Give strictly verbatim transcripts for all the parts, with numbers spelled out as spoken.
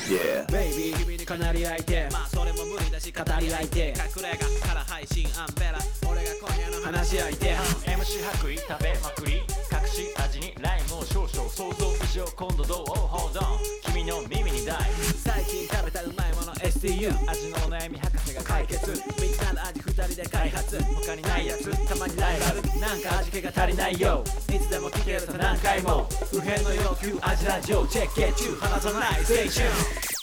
Yeah Baby 君にかなり相手まあそれも無理だし語り相手隠れ家から配信アンベラ俺が今夜の話し相手エムシー 白衣食べまくり隠し味にライムを少々想像以上今度どう Hold on 君の耳にダイブ最近食べたうまいもの エスティーユー味のお悩み博士が解決みんなの味二人で開発他にないやつたまにライバルなんか味気が足りないよいつでも聞けると何回も不変の要求味ラジオチェックゲッチュー離さないステーション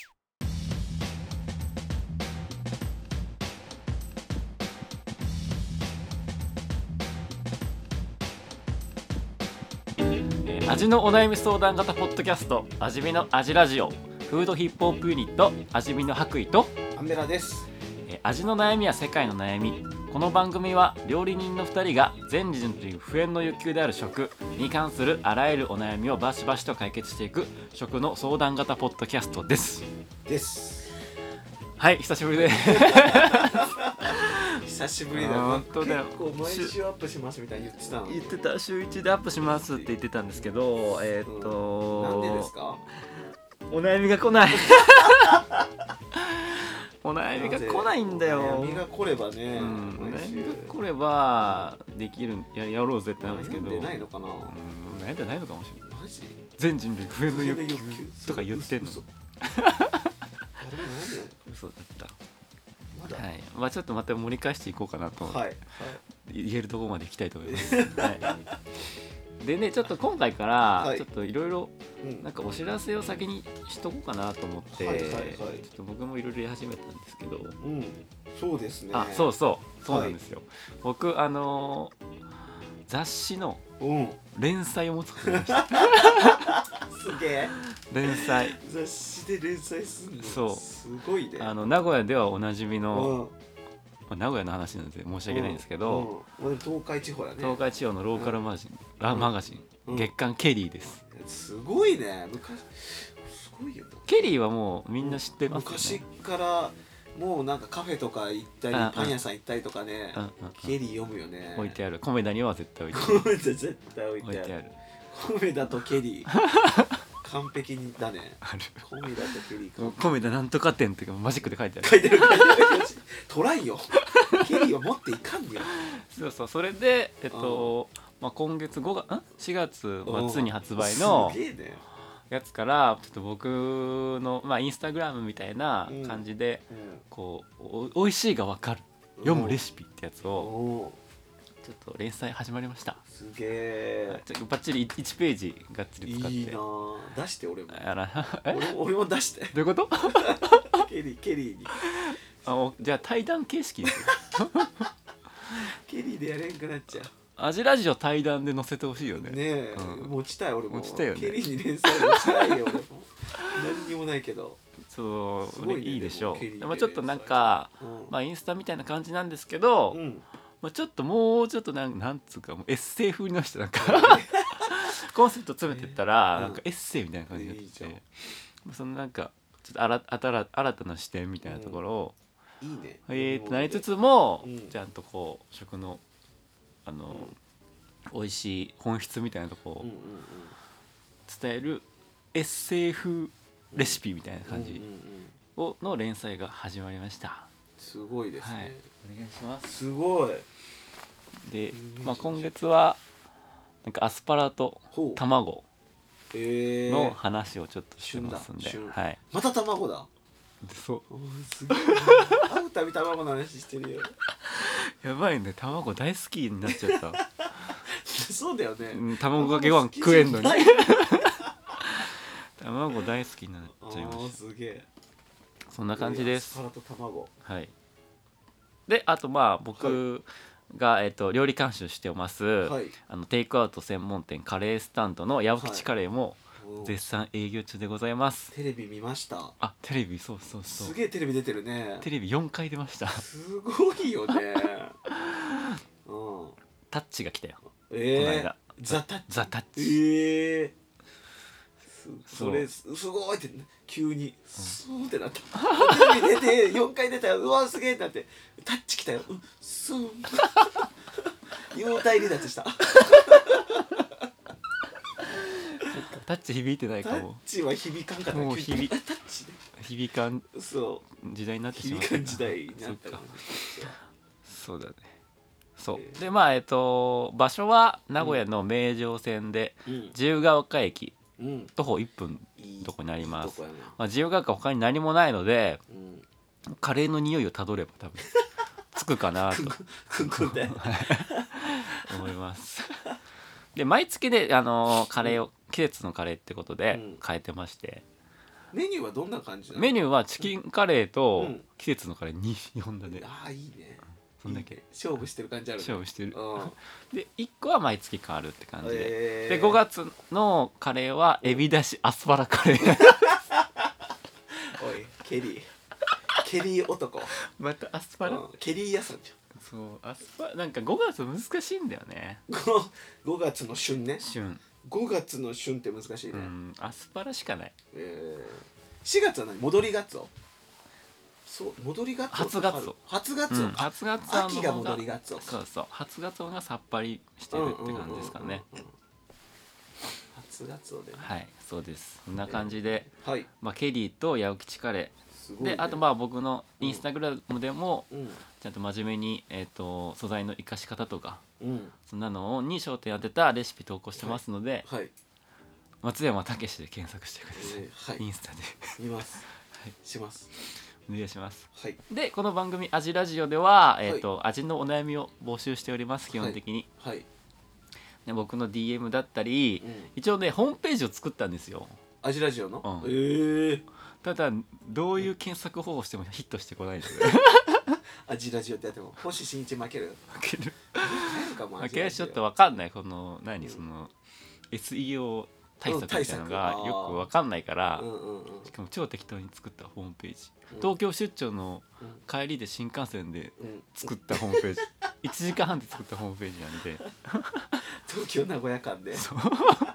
味のお悩み相談型ポッドキャスト味見の味ラジオフードヒップホップユニット味見の白衣とアンベラです。 味の悩みは世界の悩み。この番組は料理人のふたりが全人類不変の欲求である食に関するあらゆるお悩みをバシバシと解決していく食の相談型ポッドキャストですですはい久しぶりで久しぶりだよ。 本当だよ。 結構毎週アップしますみたいに言ってたの。 言ってた週いちでアップしますって言ってたんですけどえー、っと、 うん、なんでですか？ お悩みが来ないお悩みが来ないんだよ。 お悩みが来ればね、 うん、お悩みが来ればできる や, やろうぜってなんですけど悩んでないのかな、うん、 悩んでないのかもしれない。 マジ？ 全人類不変の欲求とか言ってんの。 嘘嘘だったまだ、 はい、まあちょっとまた盛り返していこうかなと、 はいはい、 言えるところまで行きたいと思います、はい、でねちょっと今回からちょっといろいろなんかお知らせを先にしとこうかなと思って、はいはいはい、ちょっと僕もいろいろやり始めたんですけど、うん、 そうですね。 あそうそうそうなんですよ、はい、僕あのー、雑誌の連載を持つことになりました、 うん、すげえ連載雑誌で連載するのそうすごいね。 あの名古屋ではおなじみの、うん、名古屋の話なんで申し訳ないんですけど、 うんうん、東海地方だね。 東海地方のローカルマガジン、うん、ラマガジン、うん、月刊ケリーです。 すごいね。昔すごいよ。 ケリーはもうみんな知ってますよね。 昔からもうなんかカフェとか行ったり、うん、パン屋さん行ったりとかね、うんうんうん、ケリー読むよね。 置いてある。コメダには絶対置いてある。コメダ絶対置いてある。 置いてある。 コメダとケリー完璧にだね。ある。コメダとケリー。 コメダなんとか店っていうかマジックで書いてある。 書いてる書いてる。トライよ。ケリーは持っていかんよ。 そうそう。それでえっと、まあ、今月ごがつんしがつ末に発売のやつからちょっと僕の、まあ、インスタグラムみたいな感じで、うんうん、こうお, おいしいが分かる読むレシピってやつをちょっと連載始まりました。 すげえ。 バッチリいちページがっつり使っていいな。出して俺もあら俺, 俺も出して。 どういうことケリーケリーにあじゃあ対談形式ですよケリーでやれんくなっちゃう。 味ラジオ対談で載せてほしいよね。 ねえ、うん、持ちたい俺も。 持ちたいよね。 ケリーに連載持ちたいよ俺も何にもないけど。 そう、ね、いいでしょう。まあちょっとなんか、うん、まあインスタみたいな感じなんですけど、うん、まあちょっともうちょっとなんなんつうかもうエッセイ風になしてなんかコンセプト詰めてったら、なんかエッセイみたいな感じになってて、うん、そのなんかちょっとあら新新たな視点みたいなところを、 うん、いいね。 えー、となりつつも、うん、ちゃんとこう食のあの、うん、美味しい本質みたいなところを伝えるエッセイ風レシピみたいな感じをの連載が始まりました。 すごいですね、はい、 お願いします。 すごいで、まあ、今月はなんかアスパラと卵の話をちょっとしてますんで、 えーはい、 また卵だ。 そうすげえ会うたび卵の話してるよやばいね、卵大好きになっちゃったそうだよね、 うん、卵かけご飯食えんのに卵大好きになっちゃいました。 すげえ。 そんな感じです。 アスパラと卵。 はい。で、あとまあ僕が、はい、えっと料理監修してます、はい、あのテイクアウト専門店カレースタンドの八尾吉カレーも絶賛営業中でございます。 テレビ見ました。 あ、テレビそうそうそう。 すげえテレビ出てるね。 テレビよんかい出ました。 すごいよね。 うん。タッチが来たよ。 ええー。この間。ザタッチ。ザタッチ。ええー。それすごいって急にスーンってなった、うん、テレビ出てよんかい出たよ、うわすげえってなってタッチ来たよ、うん、スーン幽体離脱したタタッチ響いてないタッかも。 チは響かんかった。 もう響タッチで響かんそう時代になってしまった響かん時代になったそっかかもしれない。 そうだね。そう、 えーでまあえっと場所は名古屋の名城線で、 うん自由が丘駅うん徒歩いっぷんいいとこになります。 いいとこやなまあ、自由が丘他に何もないのでうんカレーの匂いをたどれば多分つくかなとくんくんで思いますで毎月であのカレーを、季節のカレーってことでうん変えてまして、 メニューはどんな感じなの？ メニューはチキンカレーとうん季節のカレーによんだね。 ああいいね。 そんだけいいね勝負してる感じあるね。 勝負してるうんでいっこは毎月変わるって感じで、 えーでごがつのカレーはエビだしアスパラカレーおいケリーケリー男またアスパラ、 うんケリー屋さんじそうアスパラなんかごがつ難しいんだよね。 ゃん。このごがつの旬ね。 旬、 ごがつの旬って難しいね。 うんアスパラしかない。 えーしがつは何？戻りがつお。そう戻りがつお。 初ガツオ初ガツオ。 うん、初ガツオの方秋が戻りがつお。 そうそう初ガツオがさっぱりしてるって感じですかね。 うんうんうんうん。初ガツオでね。 はいそうですそんな感じで、 はい。 まあ、ケリーと八起カレーすごいね。 であとまあ僕のインスタグラムでもうんちゃんと真面目に、えー、と素材の生かし方とかうんそんなのに焦点当てたレシピ投稿してますので、 はい。 松山武史で検索してください、 えーはいインスタで見ます。 はいします。 お願いします。 はいでこの番組「味ラジオ」では、えーと味のお悩みを募集しております基本的に、 はい。 ね、僕の ディーエム だったり、 うん一応ねホームページを作ったんですよ。 アジラジオの。 うんええ。 ただどういう検索方法してもヒットしてこないんですよアジラジオってやっても星新一負ける。 負ける帰るかも。 負けるちょっと分かんないこの何、その エスイーオー 対策みたいなのがうん対策よく分かんないから、 うんうんうん。 しかも超適当に作ったホームページ、 うん東京出張のうん帰りで新幹線でうん。 作ったホームページいちじかんはんで作ったホームページなんで東京名古屋間で。 そう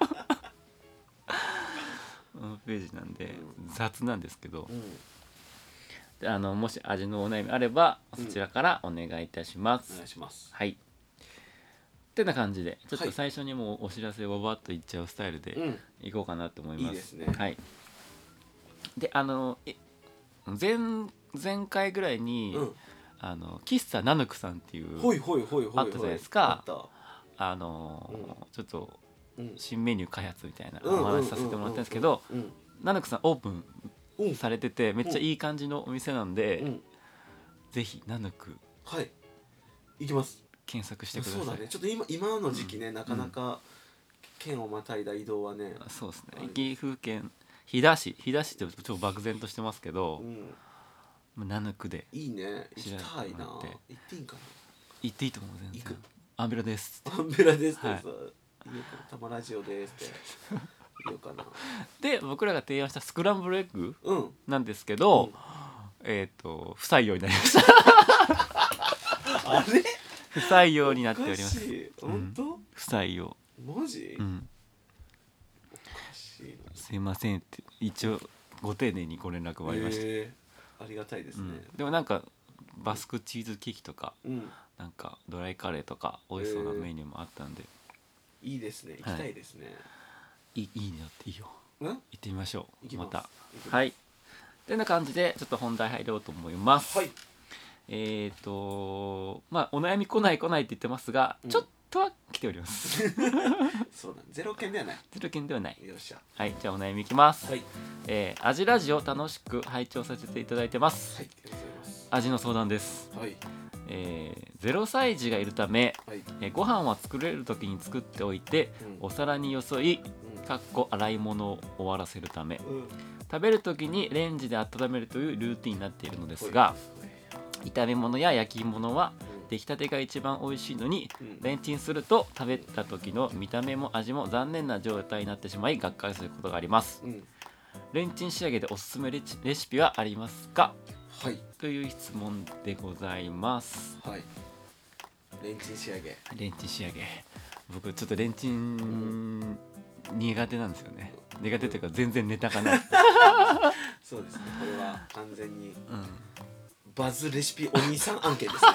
ホームページなんで雑なんですけど、 うん。 であのもし味のお悩みあればそちらからお願いいたします、 お願いします。 はいってな感じでちょっはいと最初にもうお知らせをババッといっちゃうスタイルでうん。 いこうかなと思います、 いいですねはいであのえ前前回ぐらいに、 うん。 あの喫茶ナヌクさんっていうほいほいほいほいほい。 あったじゃないですかあった。 あの、 うんちょっとうん。 新メニュー開発みたいなうんお話しさせてもらったんですけどうん。 ナヌクさんオープンうん。 されててめっちゃいい感じのお店なんで、 うん。 ぜひナヌクはい。行きます。 検索してください。 そうだね。ちょっと今今の時期ね、なかなか県をまたいだ移動はね。 そうですねはい岐阜県飛騨市飛騨市ってちょっと漠然としてますけどう、ん。 まあナヌクでいいね。行きたいな。 調べてもらって行っていいんか行っていいと思う全然行くアンベラですな。アンベラですってさはい。 言おうかなタマラジオですって言おうかな。 で僕らが提案したスクランブルエッグうん。 なんですけど、 うんえっ、と不採用になりましたあれ？ 不採用になっておりますおかしい本当？ 不採用マジ？おかうんしいな。 すいませんって一応ご丁寧にご連絡がありました、 へーありがたいですね。 うん、でもなんかバスクチーズケーキとかうん。 なんかドライカレーとか美味しそうなメニューもあったんで、 いいですね。行きたいですね。 いいいいねっていいようん？ 行ってみましょう行きますまた行きますはいてな感じでちょっと本題入ろうと思います、 はい。 えっ、とまあお悩み来ない来ないって言ってますが、 うんちょっとは来ておりますそうだ。ゼロ件ではない。 ゼロ件ではないよっしゃ。 はいじゃあお悩みいきます、 はい。 えー、味ラジオ楽しく拝聴させていただいてます、 はい。ありがとうございます。 味の相談です、 はい。 えー、ゼロ歳児がいるため、 はい。 えーご飯は作れる時に作っておいてうんお皿によそいうんかっこ洗い物を終わらせるためうん。 食べる時にレンジで温めるというルーティンになっているのですが炒め物や焼き物は出来たてが一番美味しいのにうんレンチンすると食べた時の見た目も味も残念な状態になってしまいがっかりすることがありますうん。 レンチン仕上げでおすすめレチレシピはありますかはい。 という質問でございますはい。レンチン仕上げ。 レンチン仕上げ僕ちょっとレンチン苦手なんですよね苦手というか全然ネタがない、 そうですね。これは完全にうん、 バズレシピお兄さん案件ですね。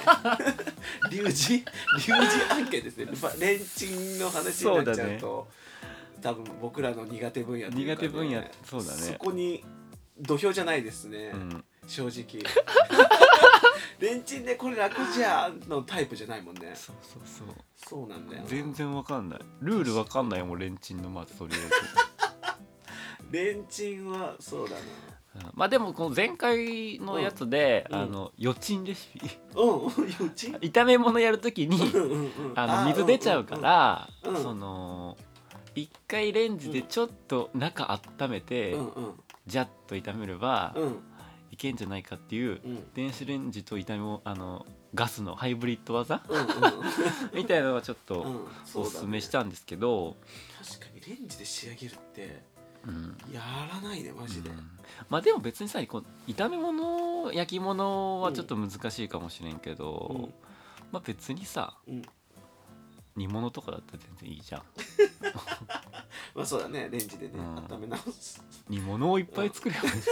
リュウジリュウジ案件ですね。ばレンチンの話になっちゃうと多分僕らの苦手分野というか、ね、 苦手分野そうだね。 そこに土俵じゃないですね、 うん、 正直レンチンでこれ楽じゃんのタイプじゃないもんね。 そうそうそう、 そうなんだよ。 全然わかんない、ルールわかんないよもうレンチンの。まずとりあえずレンチンはそうだな。 まあでもこの前回のやつで、 うん、 あの予鎮レシピうん予鎮炒め物やるときにうんうん、うん、 あの水出ちゃうから、 うんうん、 その一回レンジでちょっと中温めて、 うんうん、 ジャッと炒めれば、 うん、 いけんじゃないかっていう、 うん、 電子レンジと炒めもあのガスのハイブリッド技、 うんうん、 みたいなのをちょっとおすすうんそうだね、 めしたんですけど、 確かにレンジで仕上げるってうんやらないねマジで、 うん、まあでも別にさこう炒め物焼き物はちょっと難しいかもしれんけど、 うん、 まあ別にさ、 うん、 煮物とかだったら全然いいじゃんまあそうだね、レンジでね、 うん温め直す煮物をいっぱい作ればいいじ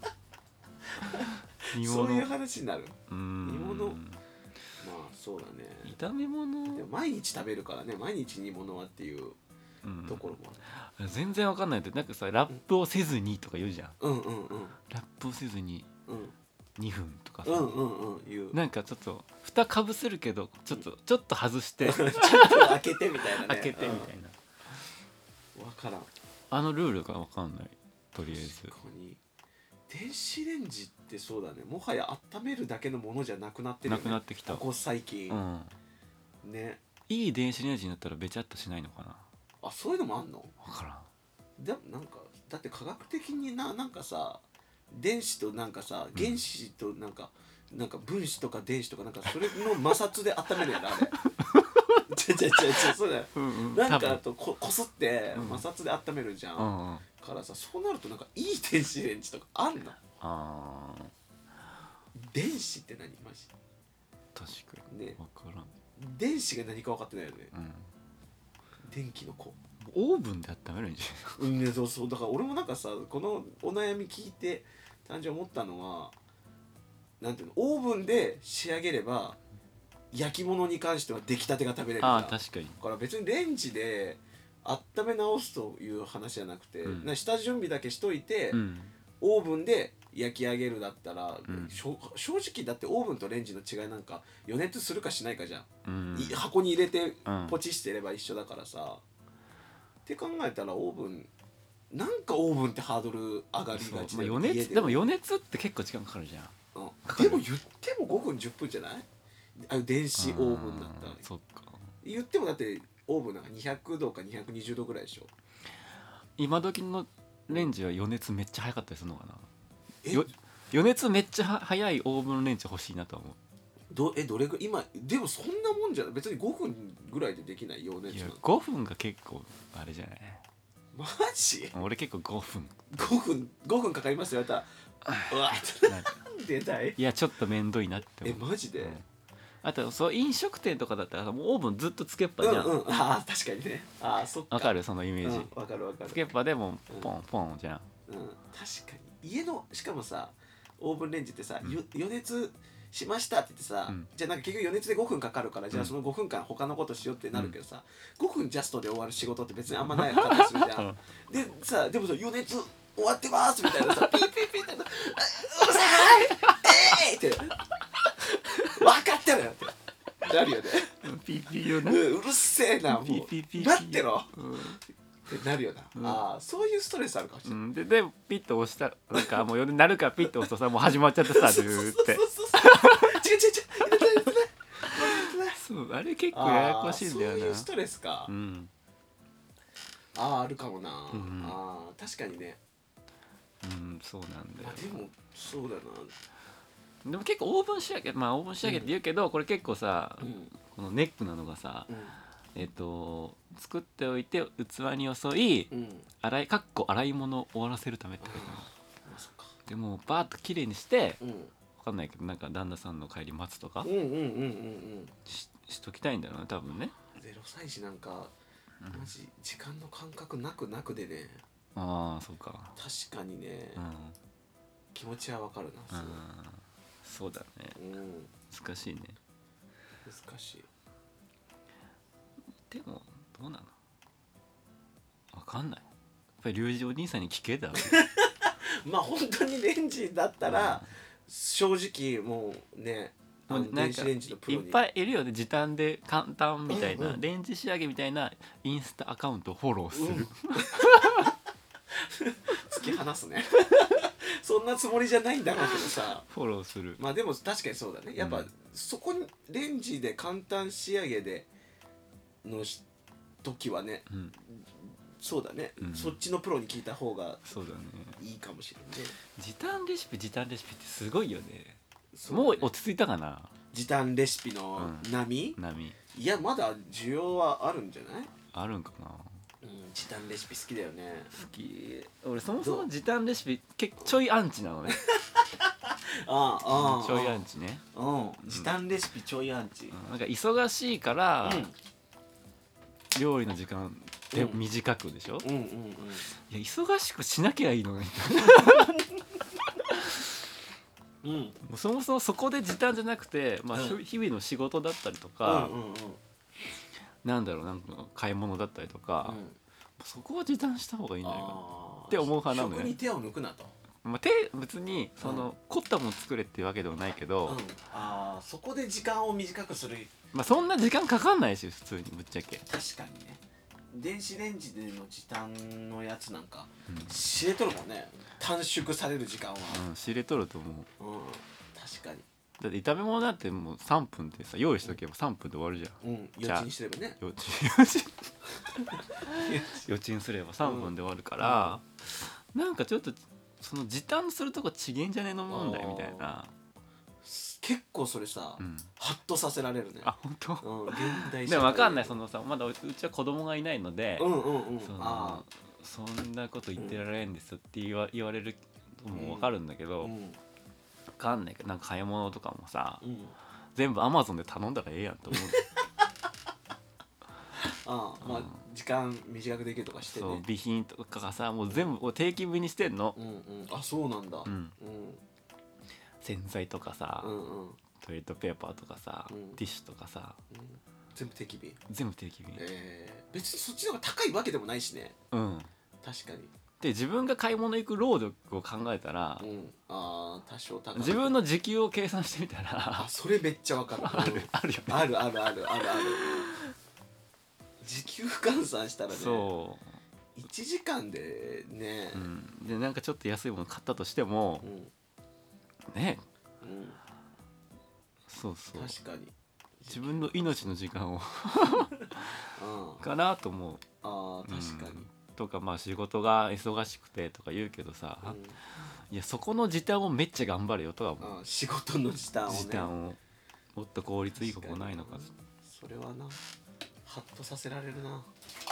ゃん煮物そういう話になる。 うん煮物まあそうだね、 炒め物でも毎日食べるからね、毎日煮物はっていうところもある、 全然わかんないって、なんかさラップをせずにとか言うじゃん、 うんうんうんラップをせずにうんにふんとかさ、 うんうんうん言うなんかちょっと蓋かぶせるけどちょっとちょっと外してちょっと開けてみたいなね、 開けてみたいな、 うん、分からん。 あのルールがわかんない、とりあえず。 確かに電子レンジってそうだね、もはや温めるだけのものじゃなくなってるよね、 なくなってきた、 ここ最近、 うん、 ね。 いい電子レンジになったらべちゃっとしないのかな、 あ、そういうのもあんの？ わからん。 でもなんかだって科学的にな、なんかさ電子となんかさ原子となんか、うん、なんか分子とか電子とかなんかそれの摩擦で温めるやろあれちゃちゃちゃちゃそうだよ、うんうん、なんかあと こ, こすって摩擦で温めるじゃん、うんうん、からさ、そうなるとなんかいい電子レンジとかあんの？ あ電子って何マジ？ 確かにね、分からん。 電子が何か分かってないよね、 うん、 電気の子オーブンで温めるんじゃない？ うんね、そうそうだから俺もなんかさこのお悩み聞いて単純に思ったのはなんていうの、オーブンで仕上げれば焼き物に関しては出来たてが食べれるじゃん。 あ確かに。 だから別にレンジで温め直すという話じゃなくて、うん、な下準備だけしといて、うん、オーブンで焼き上げるだったら、うん、正直だってオーブンとレンジの違いなんか予熱するかしないかじゃん、うん、箱に入れてポチしてれば一緒だからさ、うん、って考えたらオーブンなんかオーブンってハードル上がりがちだよ、 まあ、余熱でも余熱って結構時間かかるじゃん、 うん、でも言ってもごふんじゅっぷんじゃない？あ電子オーブンだったらそっか言ってもだってオーブンなんかにひゃくどかにひゃくにじゅうどぐらいでしょ。 今時のレンジは余熱めっちゃ早かったりするのかな。え余熱めっちゃ早いオーブンレンジ欲しいなと思う。 どえどれぐらい今でもそんなもんじゃない別にごふんぐらいでできない余熱。 いやごふんが結構あれじゃない？ マジ？ 俺結構ごふんごふんごふんかかりますよ。またうわっなんでだい。 いやちょっとめんどいなって思う。えマジで、うん、 あとそう飲食店とかだったらもうオーブンずっとつけっぱじゃん、 うんうん、あ確かにね。あそっかわかるそのイメージ、 うん、わかるわかる。 つけっぱでもポンポンじゃん、 うん、うん、確かに家のしかもさオーブンレンジってさ、うん、余熱しましたって言ってさ、うん、じゃあなんか結局余熱でごふんかかるから、うん、じゃあそのごふんかん他のことしようってなるけどさ、うん、ごふんジャストで終わる仕事って別にあんまないかったりするじゃん、うん、でさでもさ余熱終わってますみたいなさピーピーピーってうるさいえーいって分かってるよってなるよね。 ピーピーよね、 うん、うるせえなもうピーピーピー待ってろ、うんってなるよな、 うん、 ああそういうストレスあるかもしれない、 うん、ででピッと押したなんかもう夜なるからピッと押すとさもう始まっちゃってさずーって違う違う違うそうあれ結構ややこしいんだよな。 そういうストレスか、 うん、 あああるかもな、 うん、 ああ確かにね、 うんそうなんだよ、 まあ、でもそうだな。 でも結構オーブン仕上げまあオーブン仕上げって言うけど、うん、これ結構さ、うん、このネックなのがさ、うんえっと作っておいて器によそい、うん、洗いかっこ洗い物を終わらせるためって書いてある。でもバーッときれいにして、うん、分かんないけどなんか旦那さんの帰り待つとか し, しときたいんだろうね多分ね。 ゼロさい児なんか、うん、マジ時間の感覚なくなくでね。 ああそうか確かにね、うん、気持ちはわかるな。 うんそうだね、うん、難しいね。 難しい。 でもどうなの分かんない。やっぱりリュウジお兄さんに聞けだまあ本当にレンジだったら、うん、正直もうねあの電子レンジのプロにいっぱいいるよね。時短で簡単みたいな、うんうん、レンジ仕上げみたいなインスタアカウントをフォローする、うん、 突き放すねそんなつもりじゃないんだろうけどさフォローする。 まあでも確かにそうだね。やっぱ、うん、そこにレンジで簡単仕上げでの時はね、うん、そうだね、うん、そっちのプロに聞いた方がそうだねいいかもしれないね。 時短レシピ時短レシピってすごいよね。もう落ち着いたかな時短レシピの波、 うん、波いやまだ需要はあるんじゃない？ あるんかな、 うん、時短レシピ好きだよね。 好き。俺そもそも時短レシピけちょいアンチなのねあああちょいアンチね。 うん、時短レシピちょいアンチ、うん、 なんか忙しいから、うん、料理の時間で短くでしょ、うんうんうんうん、いや忙しくしなきゃいいのにうん、もうそもそもそこで時短じゃなくて、まあ、うん、日々の仕事だったりとか、うんうんうん、なんだろうなんか買い物だったりとか、うん、そこは時短した方がいいんじゃないかなって思う派なのね。 食に手を抜くなと、 まあ、手別にその、うん、凝ったもの作れっていうわけではないけど、うん、 あそこで時間を短くする、 まあ、そんな時間かかんないし普通にぶっちゃけ。 確かにね。電子レンジでの時短のやつなんか、うん、知れとるもんね。短縮される時間は、 うん、知れとると思う、 うん、確かに。 だって炒め物だってもうさんぷんでさ用意しとけばさんぷんで終わるじゃん、うん、 予知にすればね。 予知予知にすればさんぷんで終わるから、うん、なんかちょっとその時短するとこちげんじゃねえの問題みたいな。 結構それさ、うん、ハッとさせられるね。 あ本当、 うん、現代でも分かんない。そのさまだうちは子供がいないので、 うんうんうん、 そのあそんなこと言ってられんですよって言わ、言われるのも分かるんだけど、うん、分かんないけどなんか買い物とかもさ、うん、全部アマゾンで頼んだらええやんと思うああ、まあ時間短くできるとかしてね。 そう備品とかがさもう全部定期便にしてんの、 うんうん、あそうなんだ、うんうん、 洗剤とかさ、うんうん、トイレットペーパーとかさ、うん、ティッシュとかさ、うん、 全部定期便。 全部定期便、 えー、別にそっちの方が高いわけでもないしね。うん確かに。 で自分が買い物行く労力を考えたら、うん、 あ多少高い。 自分の時給を計算してみたらあそれめっちゃわかるあるあるよね。 あるあるあるあるある時給換算したらねそういちじかんでね、 うん、でなんかちょっと安いもの買ったとしても、うん、ね、うん、そうそう確かに自分の命の時間をかなと思う。 あ確かに、うんとかまあ仕事が忙しくてとか言うけどさ、うん、いやそこの時短をめっちゃ頑張れよとは思う。 あ仕事の時短をね時短をもっと効率いい方法ないのか。 それはなハッとさせられるな。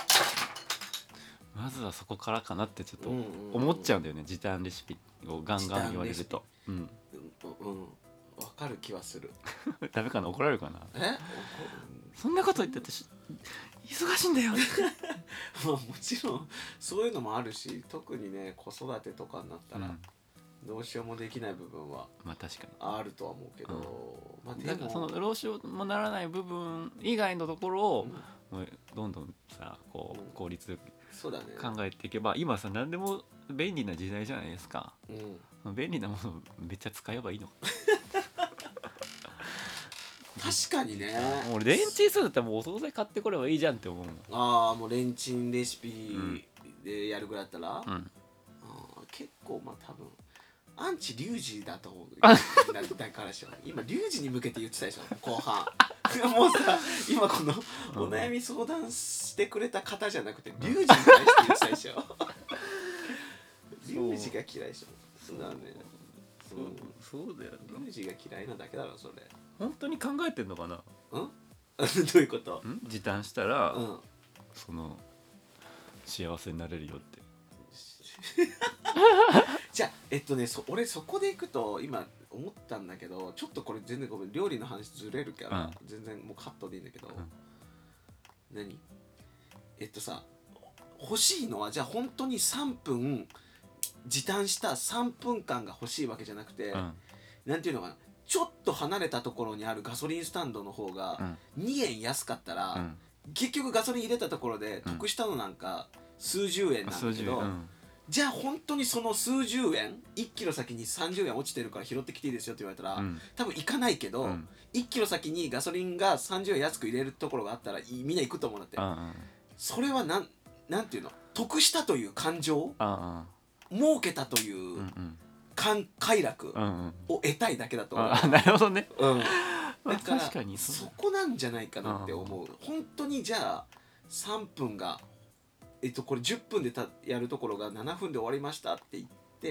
まずはそこからかなってちょっと思っちゃうんだよね、うんうんうん、時短レシピをガンガン言われると。うんうん分かる気はするダメかな怒られるかな。 えそんなこと言ってて忙しいんだよまあもちろんそういうのもあるし、特にね子育てとかになったら、うん、どうしようもできない部分はまあ確かにあるとは思うけど、うんまあ、でもだからそのどうしようもならない部分以外のところを、うん、もうどんどんさこう、うん、効率よく考えていけば、今さ何でも便利な時代じゃないですか、うん、便利なものをめっちゃ使えばいいの確かにね。 俺レンチンするんだったらもうお惣菜買ってこればいいじゃんって思うもん。 ああもうレンチンレシピでやるぐらいだったら、うん、あ結構まあ多分アンチリュウジだと思うだからしょ今リュウジに向けて言ってたでしょ後半もうさ今このお悩み相談してくれた方じゃなくてリュウジに対して言ってたでしょリュウジが嫌いでしょ。そうだね。 そうそうだよね。 リュウジが嫌いなだけだろそれ。 本当に考えてんのかな。んどういうこと？ ん時短したら、うん、その幸せになれるよってじゃあえっとねそ俺そこでいくと今思ったんだけど、ちょっとこれ全然ごめん料理の話ずれるから、うん、全然もうカットでいいんだけど、うん、何えっとさ欲しいのはじゃあ本当にさんぷん時短したさんぷんかんが欲しいわけじゃなくて、うん、なんていうのかな、ちょっと離れたところにあるガソリンスタンドの方がにえん安かったら、うん、結局ガソリン入れたところで得したのなんか数十円なんだけど、うん、じゃあ本当にその数十円いっキロ先にさんじゅうえん落ちてるから拾ってきていいですよって言われたら、うん、多分行かないけど、うん、いっキロ先にガソリンがさんじゅうえん安く入れるところがあったらみんな行くと思うんだって、うん、それはなんなんていうの、得したという感情、儲けたという、うんうん快楽を得たいだけだと思う、うんうん、 なるほどね、 うん、だから確かにそこなんじゃないかなって思う。本当にじゃあさんぷんがえっとこれじゅっぷんでたやるところがななふんで終わりましたって言って、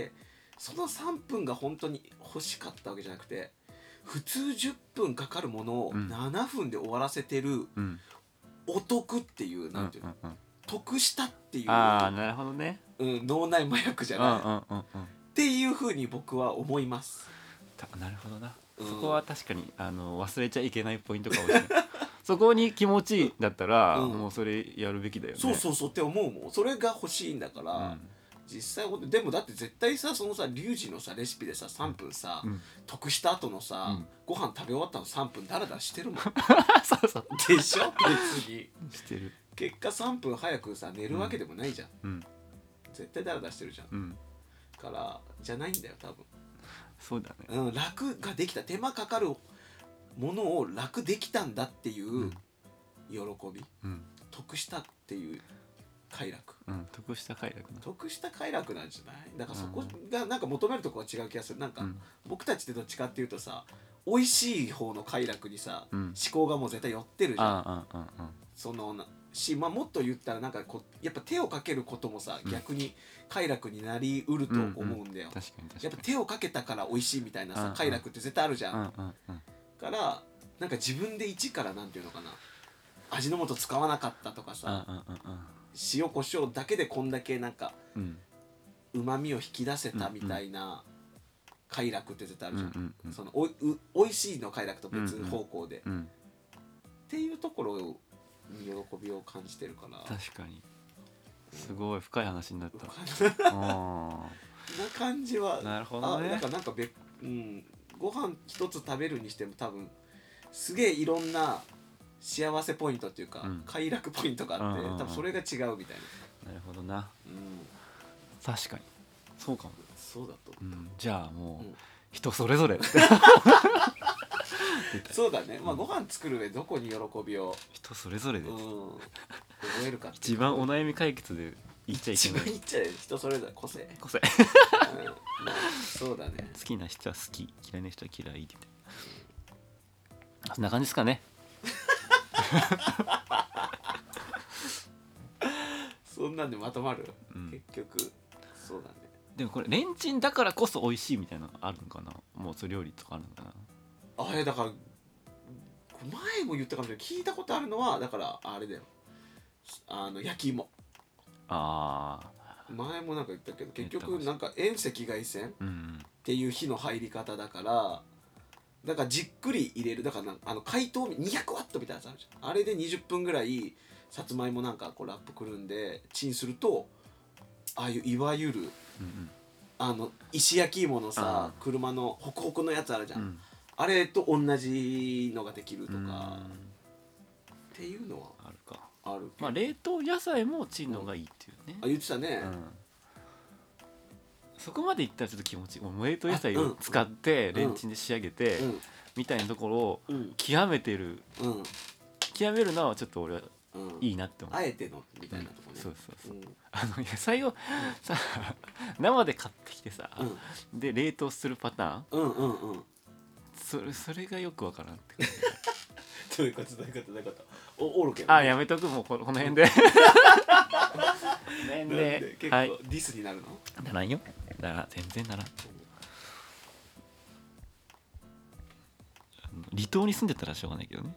そのさんぷんが本当に欲しかったわけじゃなくて、普通じゅっぷんかかるものをななふんで終わらせてるお得っていう、なんていうの、うんうんうん、得したっていう、 ああなるほどね、 うん、脳内麻薬じゃない、うんうんうんうんっていう風に僕は思います。 なるほどな、うん、そこは確かにあの忘れちゃいけないポイントかもしれないそこに気持ちいいだったら、うん、もうそれやるべきだよね。 そうそうそうって思うもん。それが欲しいんだから、うん、実際でもだって絶対さ、そのさリュウジのさレシピでささんぷんさ、うん、得した後のさ、うん、ご飯食べ終わったのさんぷんダラダラしてるもんそうそうでしょ、別にしてる。 結果さんぷん早くさ寝るわけでもないじゃん、うん、絶対ダラダラしてるじゃん、うんからじゃないんだよ多分。 そうだね、 うん、楽ができた、手間かかるものを楽できたんだっていう喜び、うん、得したっていう快楽、 うん、得した快楽な得した快楽なんじゃない。だからそこがなんか求めるところは違う気がする。なんか、うん、僕たちってどっちかっていうとさ、美味しい方の快楽にさ、うん、思考がもう絶対寄ってるじゃん。ああああそのなし、まあ、もっと言ったらなんかこやっぱ手をかけることもさ、うん、逆に快楽になりうると思うんだよ、うんうん、確かに確かに。やっぱ手をかけたから美味しいみたいなさ、快楽って絶対あるじゃん、うんうんうん、からなんか自分で一からなんていうのかな、味の素使わなかったとかさ、うんうんうん、塩コショウだけでこんだけなんかうまみを引き出せたみたいな快楽って絶対あるじゃん、うんうんうん、そのおうおいしいの快楽と別方向で、うんうん、っていうところをに喜びを感じてるから。 確かにすごい深い話になったな感じは。 なるほどね。 あ、なんかなんかべ、うん、ご飯一つ食べるにしても多分すげえいろんな幸せポイントっていうか、うん、快楽ポイントがあって、うんうんうん、多分それが違うみたいな。なるほどな、うん、確かにそうかも。 そうだと、 うん、じゃあもう、うん、人それぞれそうだね、まあ、ご飯作る上どこに喜びを人それぞれです、うん、 覚えるかって一番お悩み解決で言っちゃいけない。一番言っちゃい人それぞれ個性個性、 うんまあ、そうだね。 好きな人は好き、嫌いな人は嫌いって、うん、そんな感じですかねそんなんでまとまる、うん、結局そうだね。 でもこれレンチンだからこそ美味しいみたいなのあるのかな。もうそう料理とかあるのかな。 あれだから前も言ったかもしれない、聞いたことあるのはだからあれだよ、あの焼き芋。ああ前もなんか言ったけど結局なんか遠赤外線っていう火の入り方だから、だからじっくり入れる。だからあの解凍にひゃくワットみたいなやつあるじゃん。あれでにじゅっぷんぐらいさつまいもなんかこうラップくるんでチンすると、ああいういわゆる、うんうん、あの石焼き芋のさ車のホクホクのやつあるじゃん、うん、あれと同じのができるとかっていうのはあるか。 ある。 まあ冷凍野菜もチンのがいいっていうね、 うん、あ言ってたね、うん、 そこまでいったらちょっと気持ちいい。もう冷凍野菜を使ってレンチンで仕上げて、うん、みたいなところを極めてる、うん、極めるのはちょっと俺はいいなって思う、 あえてのみたいなとこね、 そうそうそう、うん、あの野菜をさ生で買ってきてさ、うん、で冷凍するパターン、うんうんうん、それそれがよくわからんってどういうことどういうことどういうことおおるけど、 ね、あやめとくもうこの辺でなんで結構ディスになるの、 はい、ならんよ。だから全然ならん。離島に住んでたらしょうがないけどね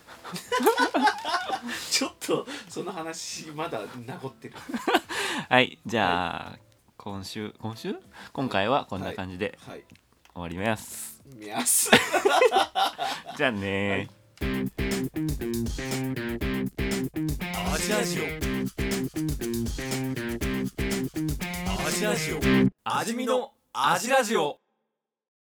ちょっとその話まだ名残ってるはいじゃあ、はい、今週今週今回はこんな感じで終わります、 はいはい、ますじゃあね、はい、 アジラジオアジラジオ味見のアジラジオ